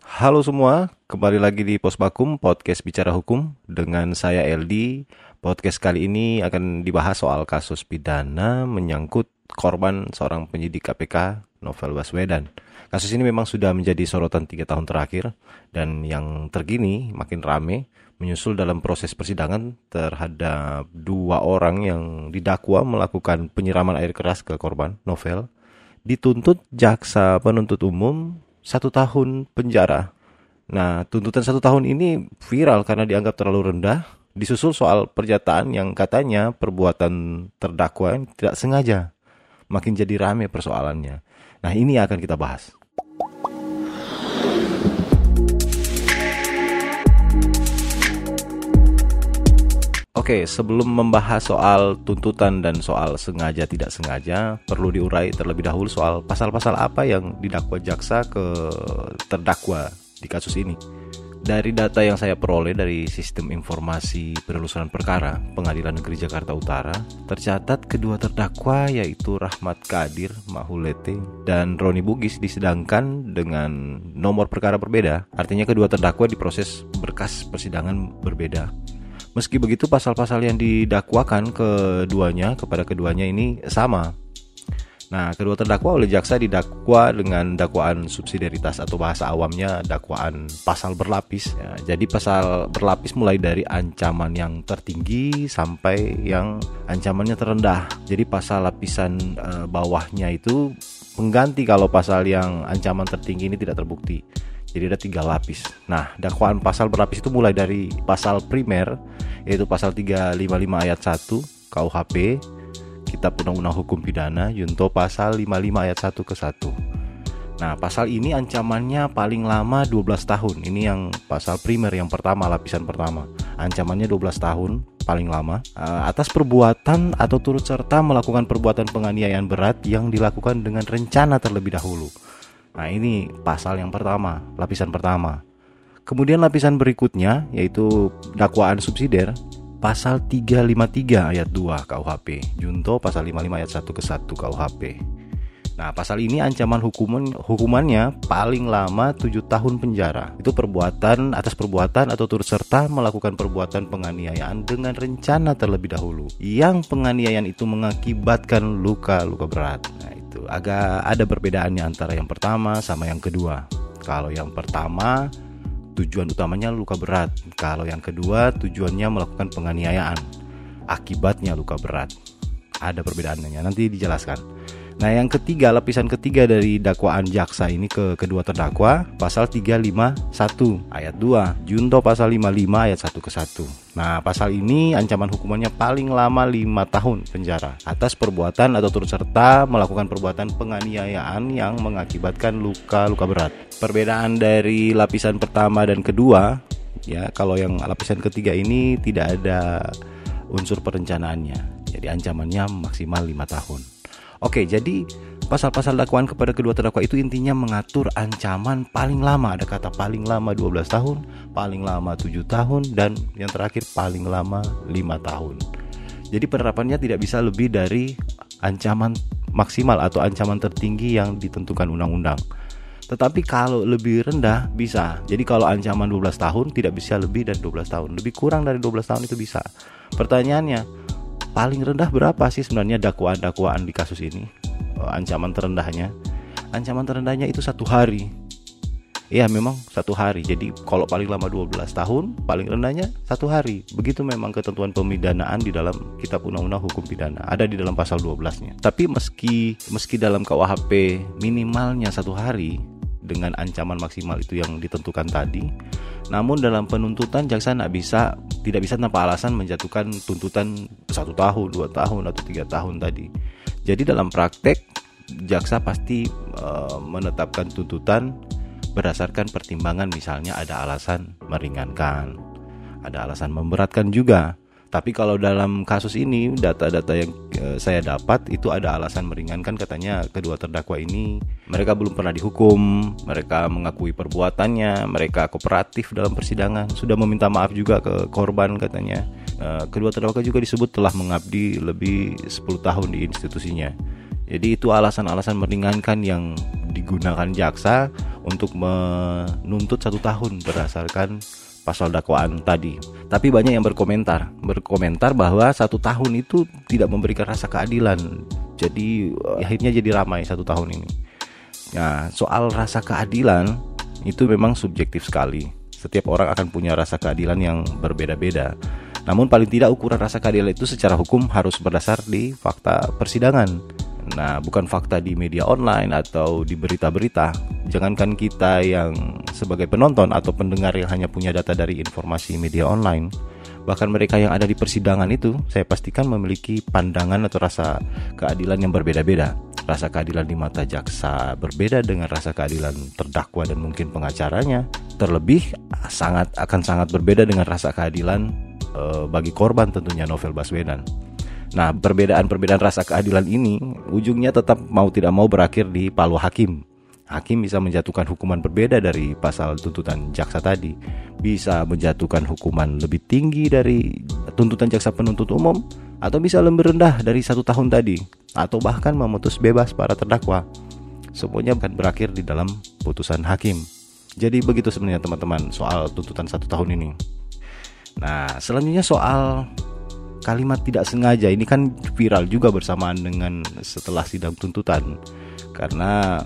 Halo semua, kembali lagi di Posbakum Podcast Bicara Hukum dengan saya LD. Podcast kali ini akan dibahas soal kasus pidana menyangkut korban seorang penyidik KPK, Novel Baswedan. Kasus ini memang sudah menjadi sorotan 3 tahun terakhir dan yang terkini makin rame menyusul dalam proses persidangan terhadap 2 orang yang didakwa melakukan penyiraman air keras ke korban Novel. Dituntut jaksa penuntut umum 1 tahun penjara. Nah, tuntutan 1 tahun ini viral karena dianggap terlalu rendah, disusul soal pernyataan yang katanya perbuatan terdakwa tidak sengaja. Makin jadi rame persoalannya. Nah, ini akan kita bahas. Oke, sebelum membahas soal tuntutan dan soal sengaja tidak sengaja, perlu diurai terlebih dahulu soal pasal-pasal apa yang didakwa jaksa ke terdakwa di kasus ini. Dari data yang saya peroleh dari Sistem Informasi Penelusuran Perkara Pengadilan Negeri Jakarta Utara, tercatat kedua terdakwa yaitu Rahmat Kadir Mahulete dan Roni Bugis disidangkan dengan nomor perkara berbeda. Artinya kedua terdakwa diproses berkas persidangan berbeda. Meski begitu, pasal-pasal yang didakwakan kepada keduanya ini sama. Nah, kedua terdakwa oleh jaksa didakwa dengan dakwaan subsidiaritas atau bahasa awamnya dakwaan pasal berlapis. Ya, jadi pasal berlapis mulai dari ancaman yang tertinggi sampai yang ancamannya terendah. Jadi pasal lapisan bawahnya itu pengganti kalau pasal yang ancaman tertinggi ini tidak terbukti. Jadi ada 3 lapis. Nah, dakwaan pasal berlapis itu mulai dari pasal primer, yaitu pasal 355 ayat 1 KUHP, Kitab Undang-Undang Hukum Pidana, junto pasal 55 ayat 1 ke 1. Nah, pasal ini ancamannya paling lama 12 tahun. Ini yang pasal primer yang pertama, lapisan pertama. Ancamannya 12 tahun, paling lama. Atas perbuatan atau turut serta melakukan perbuatan penganiayaan berat yang dilakukan dengan rencana terlebih dahulu. Nah, ini pasal yang pertama, lapisan pertama. Kemudian lapisan berikutnya yaitu dakwaan subsidiar, pasal 353 ayat 2 KUHP, junto pasal 55 ayat 1 ke 1 KUHP. Nah, pasal ini ancaman hukumannya paling lama 7 tahun penjara. Itu atas perbuatan atau turut serta melakukan perbuatan penganiayaan dengan rencana terlebih dahulu, yang penganiayaan itu mengakibatkan luka-luka berat. Nah, itu agak ada perbedaannya antara yang pertama sama yang kedua. Kalau yang pertama tujuan utamanya luka berat, kalau yang kedua tujuannya melakukan penganiayaan, akibatnya luka berat. Ada perbedaannya, nanti dijelaskan. Nah, yang ketiga, lapisan ketiga dari dakwaan jaksa ini ke kedua terdakwa, pasal 351 ayat 2, junto pasal 55 ayat 1 ke 1. Nah, pasal ini ancaman hukumannya paling lama 5 tahun penjara atas perbuatan atau turut serta melakukan perbuatan penganiayaan yang mengakibatkan luka-luka berat. Perbedaan dari lapisan pertama dan kedua, ya, kalau yang lapisan ketiga ini tidak ada unsur perencanaannya. Jadi ancamannya maksimal 5 tahun. Oke, jadi pasal-pasal dakwaan kepada kedua terdakwa itu intinya mengatur ancaman paling lama. Ada kata paling lama 12 tahun, paling lama 7 tahun, dan yang terakhir paling lama 5 tahun. Jadi penerapannya tidak bisa lebih dari ancaman maksimal atau ancaman tertinggi yang ditentukan undang-undang. Tetapi kalau lebih rendah bisa. Jadi kalau ancaman 12 tahun tidak bisa lebih dari 12 tahun. Lebih kurang dari 12 tahun itu bisa. Pertanyaannya, paling rendah berapa sih sebenarnya dakwaan-dakwaan di kasus ini? Ancaman terendahnya itu 1 hari. Ya, memang 1 hari. Jadi kalau paling lama 12 tahun, paling rendahnya 1 hari. Begitu memang ketentuan pemidanaan di dalam Kitab Undang-Undang Hukum Pidana, ada di dalam pasal 12-nya. Tapi meski dalam KUHP minimalnya 1 hari dengan ancaman maksimal itu yang ditentukan tadi, namun dalam penuntutan jaksa tidak bisa tanpa alasan menjatuhkan tuntutan 1 tahun, 2 tahun, atau 3 tahun tadi. Jadi dalam praktek jaksa pasti menetapkan tuntutan berdasarkan pertimbangan, misalnya ada alasan meringankan, ada alasan memberatkan juga. Tapi kalau dalam kasus ini, data-data yang saya dapat itu ada alasan meringankan. Katanya kedua terdakwa ini mereka belum pernah dihukum, mereka mengakui perbuatannya, mereka kooperatif dalam persidangan, sudah meminta maaf juga ke korban katanya. Kedua terdakwa juga disebut telah mengabdi lebih 10 tahun di institusinya. Jadi itu alasan-alasan meringankan yang digunakan jaksa untuk menuntut 1 tahun berdasarkan pasal dakwaan tadi. Tapi banyak yang berkomentar bahwa 1 tahun itu tidak memberikan rasa keadilan. Jadi akhirnya jadi ramai 1 tahun ini. Nah, soal rasa keadilan itu memang subjektif sekali. Setiap orang akan punya rasa keadilan yang berbeda-beda. Namun paling tidak ukuran rasa keadilan itu secara hukum harus berdasar di fakta persidangan. Nah, bukan fakta di media online atau di berita-berita. Jangankan kita yang sebagai penonton atau pendengar yang hanya punya data dari informasi media online, bahkan mereka yang ada di persidangan itu, saya pastikan memiliki pandangan atau rasa keadilan yang berbeda-beda. Rasa keadilan di mata jaksa berbeda dengan rasa keadilan terdakwa dan mungkin pengacaranya. Terlebih akan sangat berbeda dengan rasa keadilan bagi korban, tentunya Novel Baswedan. Nah, perbedaan rasa keadilan ini ujungnya tetap mau tidak mau berakhir di palu hakim. Hakim bisa menjatuhkan hukuman berbeda dari pasal tuntutan jaksa tadi, bisa menjatuhkan hukuman lebih tinggi dari tuntutan jaksa penuntut umum, atau bisa lebih rendah dari 1 tahun tadi, atau bahkan memutus bebas para terdakwa. Semuanya akan berakhir di dalam putusan hakim. Jadi begitu sebenarnya teman-teman soal tuntutan 1 tahun ini. Nah, selanjutnya soal kalimat tidak sengaja. Ini kan viral juga bersamaan dengan setelah sidang tuntutan. Karena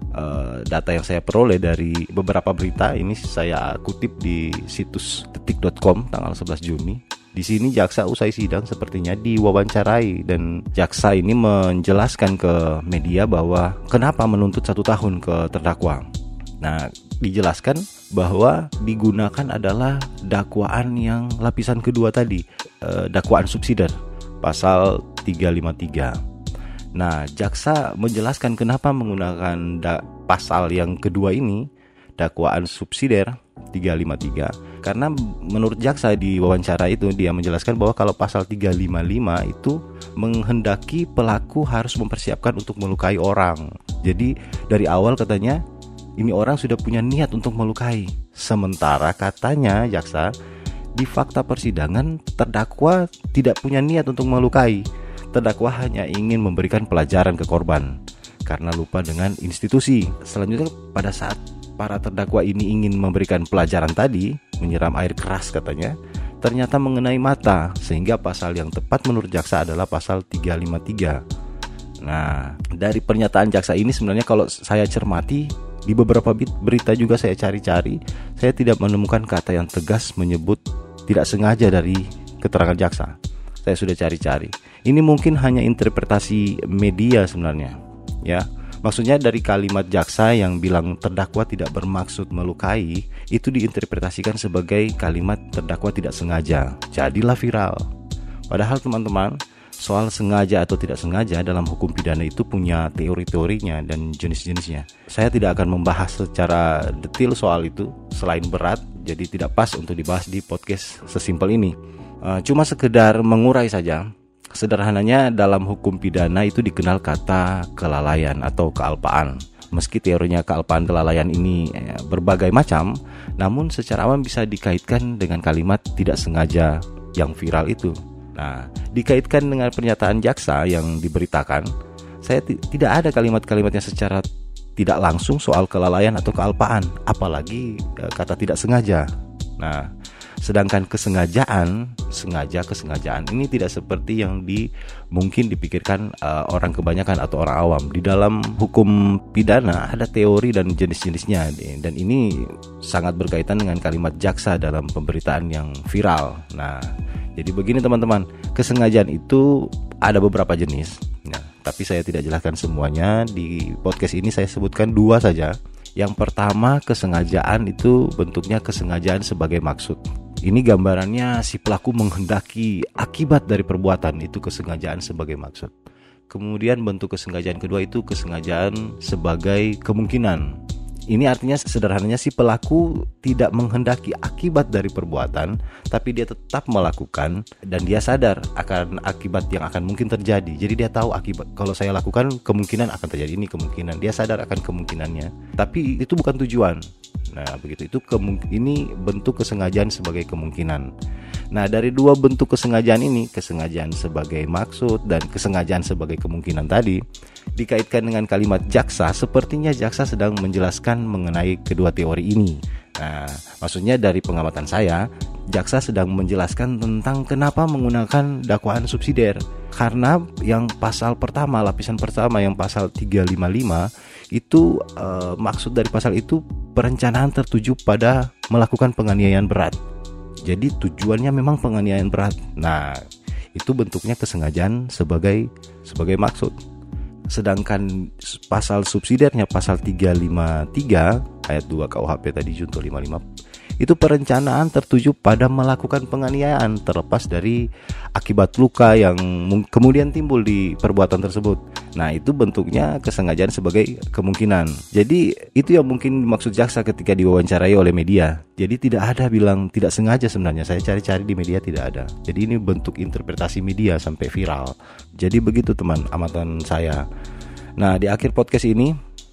data yang saya peroleh dari beberapa berita, ini saya kutip di situs detik.com tanggal 11 Juni. Di sini jaksa usai sidang sepertinya diwawancarai dan jaksa ini menjelaskan ke media bahwa kenapa menuntut 1 tahun ke terdakwa. Nah, dijelaskan bahwa digunakan adalah dakwaan yang lapisan kedua tadi, dakwaan subsidiar, pasal 353. Nah, jaksa menjelaskan kenapa menggunakan pasal yang kedua ini, dakwaan subsidiar 353. Karena menurut jaksa di wawancara itu, dia menjelaskan bahwa kalau pasal 355 itu menghendaki pelaku harus mempersiapkan untuk melukai orang. Jadi dari awal katanya ini orang sudah punya niat untuk melukai. Sementara katanya jaksa, di fakta persidangan terdakwa tidak punya niat untuk melukai. Terdakwa hanya ingin memberikan pelajaran ke korban karena lupa dengan institusi. Selanjutnya pada saat para terdakwa ini ingin memberikan pelajaran tadi, menyiram air keras katanya, ternyata mengenai mata, sehingga pasal yang tepat menurut jaksa adalah pasal 353. Nah, dari pernyataan jaksa ini sebenarnya kalau saya cermati, di beberapa berita juga saya cari-cari, saya tidak menemukan kata yang tegas menyebut tidak sengaja dari keterangan jaksa. Saya sudah cari-cari. Ini mungkin hanya interpretasi media sebenarnya, ya. Maksudnya dari kalimat jaksa yang bilang terdakwa tidak bermaksud melukai, itu diinterpretasikan sebagai kalimat terdakwa tidak sengaja. Jadilah viral. Padahal teman-teman, soal sengaja atau tidak sengaja dalam hukum pidana itu punya teori-teorinya dan jenis-jenisnya. Saya tidak akan membahas secara detail soal itu, selain berat, jadi tidak pas untuk dibahas di podcast sesimpel ini. Cuma sekedar mengurai saja. Sederhananya dalam hukum pidana itu dikenal kata kelalaian atau kealpaan. Meski teorinya kealpaan kelalaian ini berbagai macam, namun secara awam bisa dikaitkan dengan kalimat tidak sengaja yang viral itu. Nah, dikaitkan dengan pernyataan jaksa yang diberitakan, saya tidak ada kalimat-kalimatnya secara tidak langsung soal kelalaian atau kealpaan, apalagi kata tidak sengaja. Nah, sedangkan kesengajaan ini tidak seperti yang mungkin dipikirkan orang kebanyakan atau orang awam. Di dalam hukum pidana ada teori dan jenis-jenisnya, dan ini sangat berkaitan dengan kalimat jaksa dalam pemberitaan yang viral. Nah, jadi begini teman-teman, kesengajaan itu ada beberapa jenis. Nah, tapi saya tidak jelaskan semuanya. Di podcast ini saya sebutkan 2 saja. Yang pertama, kesengajaan itu bentuknya kesengajaan sebagai maksud. Ini gambarannya si pelaku menghendaki akibat dari perbuatan, itu kesengajaan sebagai maksud. Kemudian bentuk kesengajaan kedua itu kesengajaan sebagai kemungkinan. Ini artinya sederhananya si pelaku tidak menghendaki akibat dari perbuatan, tapi dia tetap melakukan dan dia sadar akan akibat yang akan mungkin terjadi. Jadi dia tahu akibat, kalau saya lakukan kemungkinan akan terjadi ini kemungkinan. Dia sadar akan kemungkinannya, tapi itu bukan tujuan. Nah, begitu, ini bentuk kesengajaan sebagai kemungkinan. Nah, dari dua bentuk kesengajaan ini, kesengajaan sebagai maksud dan kesengajaan sebagai kemungkinan tadi, dikaitkan dengan kalimat jaksa, sepertinya jaksa sedang menjelaskan mengenai kedua teori ini. Nah, maksudnya dari pengamatan saya, jaksa sedang menjelaskan tentang kenapa menggunakan dakwaan subsidiar. Karena yang pasal pertama, lapisan pertama yang pasal 355 itu maksud dari pasal itu perencanaan tertuju pada melakukan penganiayaan berat. Jadi tujuannya memang penganiayaan berat. Nah, itu bentuknya kesengajaan sebagai maksud. Sedangkan pasal subsidiarnya pasal 353 ayat 2 KUHP tadi junto 55 itu perencanaan tertuju pada melakukan penganiayaan terlepas dari akibat luka yang kemudian timbul di perbuatan tersebut. Nah, itu bentuknya kesengajaan sebagai kemungkinan. Jadi itu yang mungkin dimaksud jaksa ketika diwawancarai oleh media. Jadi tidak ada bilang tidak sengaja sebenarnya. Saya cari-cari di media tidak ada. Jadi ini bentuk interpretasi media sampai viral. Jadi begitu teman amatan saya. Nah, di akhir podcast ini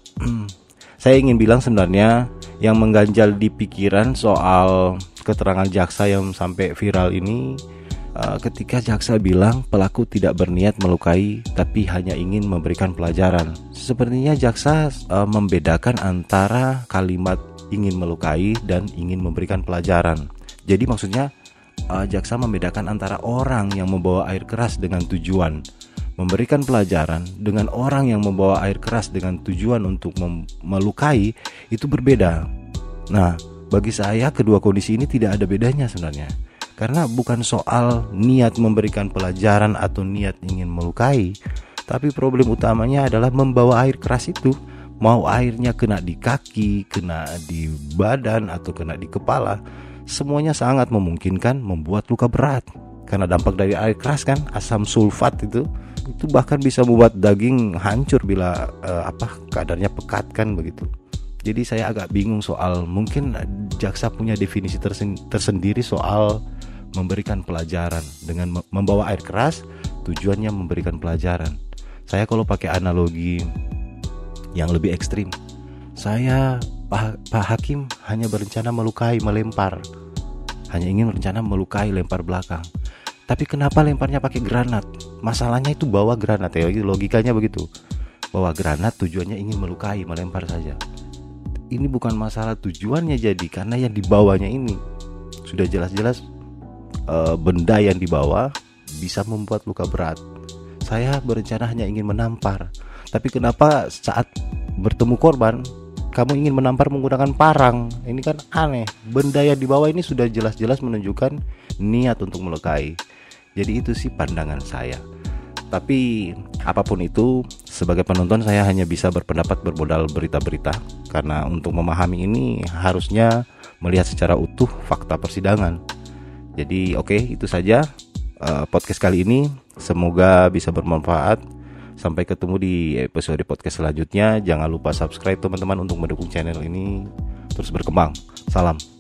saya ingin bilang sebenarnya yang mengganjal di pikiran soal keterangan jaksa yang sampai viral ini, ketika jaksa bilang pelaku tidak berniat melukai tapi hanya ingin memberikan pelajaran. Sepertinya jaksa membedakan antara kalimat ingin melukai dan ingin memberikan pelajaran. Jadi maksudnya jaksa membedakan antara orang yang membawa air keras dengan tujuan memberikan pelajaran dengan orang yang membawa air keras dengan tujuan untuk melukai, itu berbeda. Nah, bagi saya kedua kondisi ini tidak ada bedanya sebenarnya. Karena bukan soal niat memberikan pelajaran atau niat ingin melukai, tapi problem utamanya adalah membawa air keras itu. Mau airnya kena di kaki, kena di badan, atau kena di kepala, semuanya sangat memungkinkan membuat luka berat. Karena dampak dari air keras kan, asam sulfat itu bahkan bisa membuat daging hancur bila kadarnya pekat kan begitu. Jadi saya agak bingung soal mungkin jaksa punya definisi tersendiri soal memberikan pelajaran. Dengan membawa air keras tujuannya memberikan pelajaran. Saya kalau pakai analogi yang lebih ekstrim, saya Pak Hakim hanya berencana melukai, melempar. Hanya ingin berencana melukai, lempar belakang. Tapi kenapa lemparnya pakai granat? Masalahnya itu bawa granat ya, logikanya begitu. Bawa granat tujuannya ingin melukai, melempar saja. Ini bukan masalah tujuannya jadi, karena yang dibawanya ini sudah jelas-jelas benda yang dibawa bisa membuat luka berat. Saya berencana hanya ingin menampar. Tapi kenapa saat bertemu korban kamu ingin menampar menggunakan parang? Ini kan aneh. Benda yang dibawa ini sudah jelas-jelas menunjukkan niat untuk melukai. Jadi itu sih pandangan saya. Tapi apapun itu, sebagai penonton saya hanya bisa berpendapat bermodal berita-berita. Karena untuk memahami ini harusnya melihat secara utuh fakta persidangan. Jadi oke, itu saja podcast kali ini. Semoga bisa bermanfaat. Sampai ketemu di episode podcast selanjutnya. Jangan lupa subscribe teman-teman untuk mendukung channel ini terus berkembang. Salam.